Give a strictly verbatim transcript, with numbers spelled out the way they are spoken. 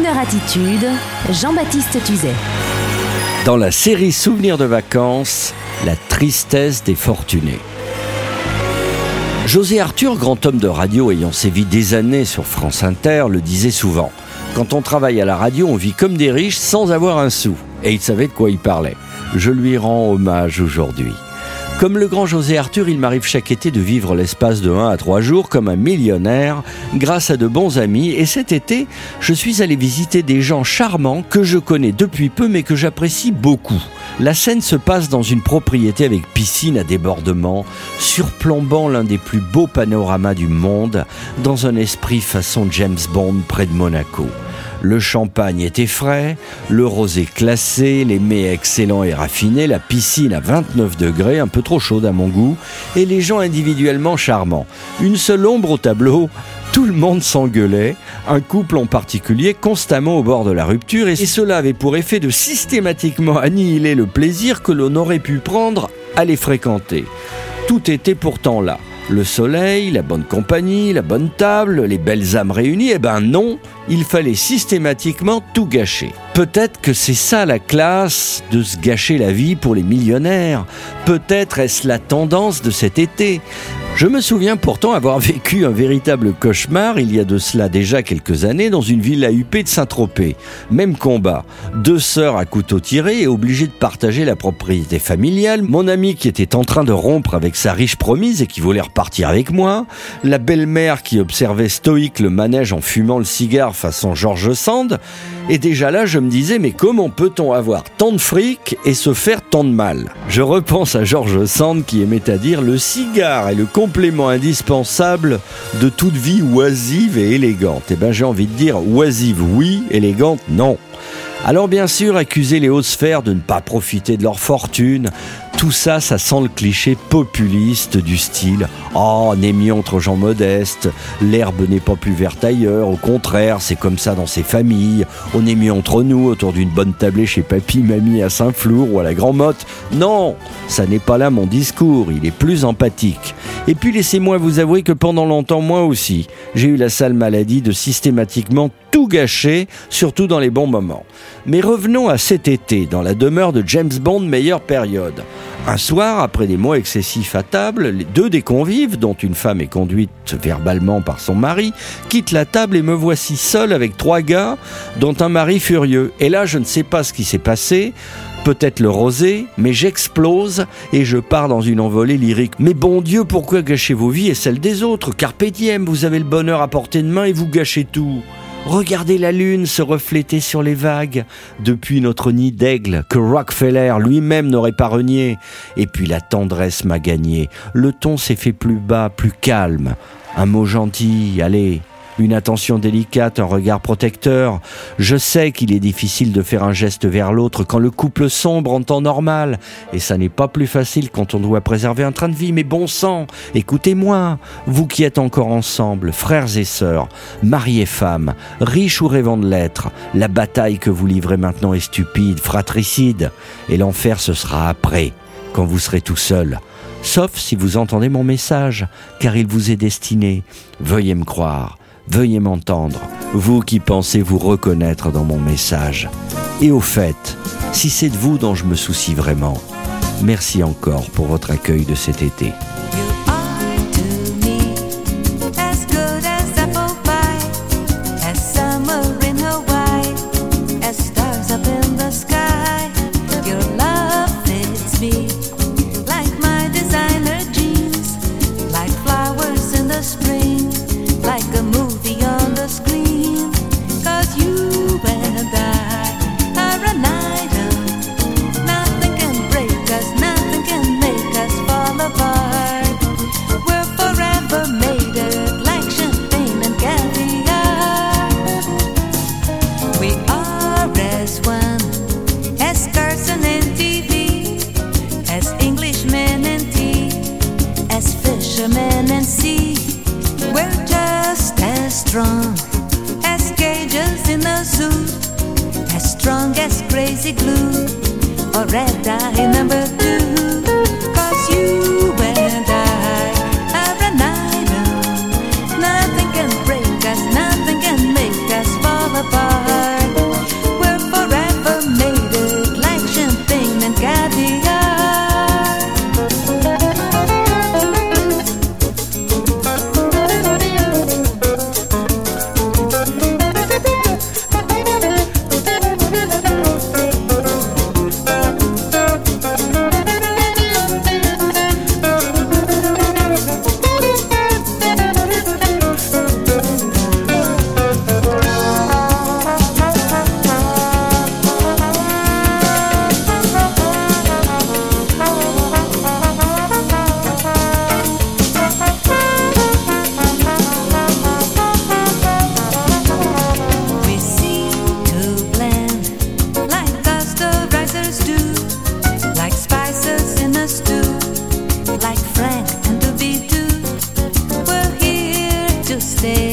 Crooner Attitude, Jean-Baptiste Tuzet. Dans la série Souvenirs de vacances, la tristesse des fortunés. José Arthur, grand homme de radio ayant sévi des années sur France Inter, le disait souvent. Quand on travaille à la radio, on vit comme des riches sans avoir un sou. Et il savait de quoi il parlait. Je lui rends hommage aujourd'hui. Comme le grand José Arthur, il m'arrive chaque été de vivre l'espace de un à trois jours comme un millionnaire grâce à de bons amis. Et cet été, je suis allé visiter des gens charmants que je connais depuis peu mais que j'apprécie beaucoup. La scène se passe dans une propriété avec piscine à débordement, surplombant l'un des plus beaux panoramas du monde, dans un esprit façon James Bond près de Monaco. Le champagne était frais, le rosé classé, les mets excellents et raffinés, la piscine à vingt-neuf degrés, un peu trop chaude à mon goût, et les gens individuellement charmants. Une seule ombre au tableau, tout le monde s'engueulait, un couple en particulier constamment au bord de la rupture, et cela avait pour effet de systématiquement annihiler le plaisir que l'on aurait pu prendre à les fréquenter. Tout était pourtant là. Le soleil, la bonne compagnie, la bonne table, les belles âmes réunies, eh ben non, il fallait systématiquement tout gâcher. Peut-être que c'est ça la classe, de se gâcher la vie pour les millionnaires. Peut-être est-ce la tendance de cet été. Je me souviens pourtant avoir vécu un véritable cauchemar il y a de cela déjà quelques années dans une villa huppée de Saint-Tropez. Même combat. Deux sœurs à couteau tiré et obligées de partager la propriété familiale. Mon ami qui était en train de rompre avec sa riche promise et qui voulait repartir avec moi. La belle-mère qui observait stoïque le manège en fumant le cigare façon George Sand. Et déjà là, je me disais, mais comment peut-on avoir tant de fric et se faire tant de mal ? Je repense à George Sand qui aimait à dire « Le cigare est le complément indispensable de toute vie oisive et élégante ». Eh bien, j'ai envie de dire oisive, oui, élégante, non. Alors bien sûr, accuser les hautes sphères de ne pas profiter de leur fortune, tout ça, ça sent le cliché populiste du style « Oh, n'aimions entre gens modestes, l'herbe n'est pas plus verte ailleurs, au contraire, c'est comme ça dans ces familles, on est mieux entre nous autour d'une bonne tablée chez papy, mamie à Saint-Flour ou à la Grand-Motte. » Non, ça n'est pas là mon discours, il est plus empathique. Et puis laissez-moi vous avouer que pendant longtemps, moi aussi, j'ai eu la sale maladie de systématiquement tout gâcher, surtout dans les bons moments. Mais revenons à cet été, dans la demeure de James Bond, meilleure période. Un soir, après des mois excessifs à table, les deux des convives, dont une femme est conduite verbalement par son mari, quittent la table et me voici seul avec trois gars, dont un mari furieux. Et là, je ne sais pas ce qui s'est passé, peut-être le rosé, mais j'explose et je pars dans une envolée lyrique. Mais bon Dieu, pourquoi gâcher vos vies et celles des autres ? Carpe diem, vous avez le bonheur à portée de main et vous gâchez tout. Regardez la lune se refléter sur les vagues depuis notre nid d'aigle que Rockefeller lui-même n'aurait pas renié. Et puis la tendresse m'a gagné. Le ton s'est fait plus bas, plus calme. Un mot gentil, allez, une attention délicate, un regard protecteur. Je sais qu'il est difficile de faire un geste vers l'autre quand le couple sombre en temps normal. Et ça n'est pas plus facile quand on doit préserver un train de vie. Mais bon sang, écoutez-moi, vous qui êtes encore ensemble, frères et sœurs, mari et femme, riches ou rêvant de l'être, la bataille que vous livrez maintenant est stupide, fratricide. Et l'enfer, ce sera après, quand vous serez tout seul. Sauf si vous entendez mon message, car il vous est destiné. Veuillez me croire. Veuillez m'entendre, vous qui pensez vous reconnaître dans mon message. Et au fait, si c'est de vous dont je me soucie vraiment, merci encore pour votre accueil de cet été. And see, we're just as strong as cages in the zoo, as strong as crazy glue or red dye number two. Cause you and I are an item. Nothing can break us, nothing can make us fall apart. to stay.